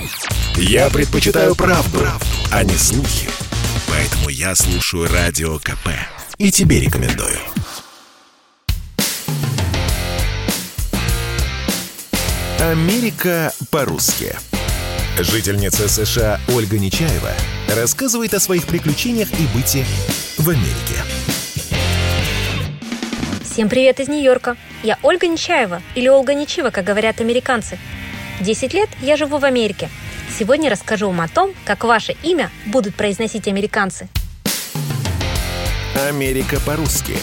Я предпочитаю правду, а не слухи. Поэтому я слушаю Радио КП. И тебе рекомендую. Америка по-русски. Жительница США Ольга Нечаева рассказывает о своих приключениях и быте в Америке. Всем привет из Нью-Йорка. Я Ольга Нечаева, или Олга Нечива, как говорят американцы. 10 лет я живу в Америке. Сегодня расскажу вам о том, как ваше имя будут произносить американцы. Америка по-русски.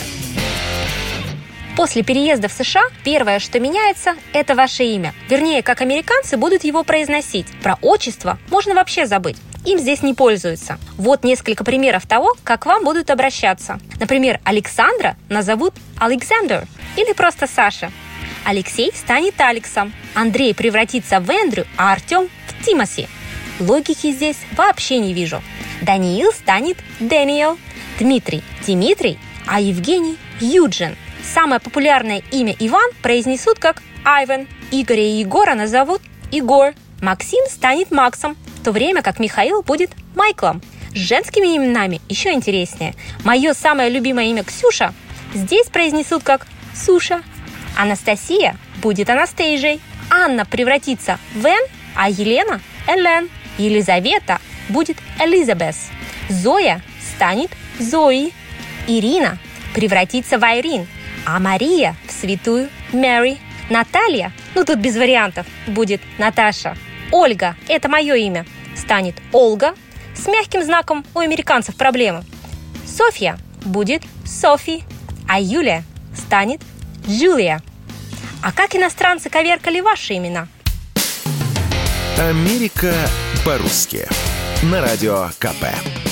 После переезда в США первое, что меняется, это ваше имя. Вернее, как американцы будут его произносить. Про отчество можно вообще забыть. Им здесь не пользуются. Вот несколько примеров того, как к вам будут обращаться. Например, Александра назовут Александр или просто Саша. Алексей станет Алексом. Андрей превратится в Эндрю, а Артем в Тимоси. Логики здесь вообще не вижу. Даниил станет Дэниел. Дмитрий – Димитрий, а Евгений – Юджин. Самое популярное имя Иван произнесут как Айвен. Игоря и Егора назовут Игор. Максим станет Максом, в то время как Михаил будет Майклом. С женскими именами еще интереснее. Мое самое любимое имя Ксюша здесь произнесут как Суша. Анастасия будет Анастейжей. Анна превратится в Эн, а Елена – Элен. Елизавета будет Элизабет. Зоя станет Зои. Ирина превратится в Айрин, а Мария в святую Мэри. Наталья, тут без вариантов, будет Наташа. Ольга, это мое имя, станет Олга. С мягким знаком у американцев проблемы. Софья будет Софи, а Юлия станет Джулия. А как иностранцы коверкали ваши имена? Америка по-русски. На Радио КП.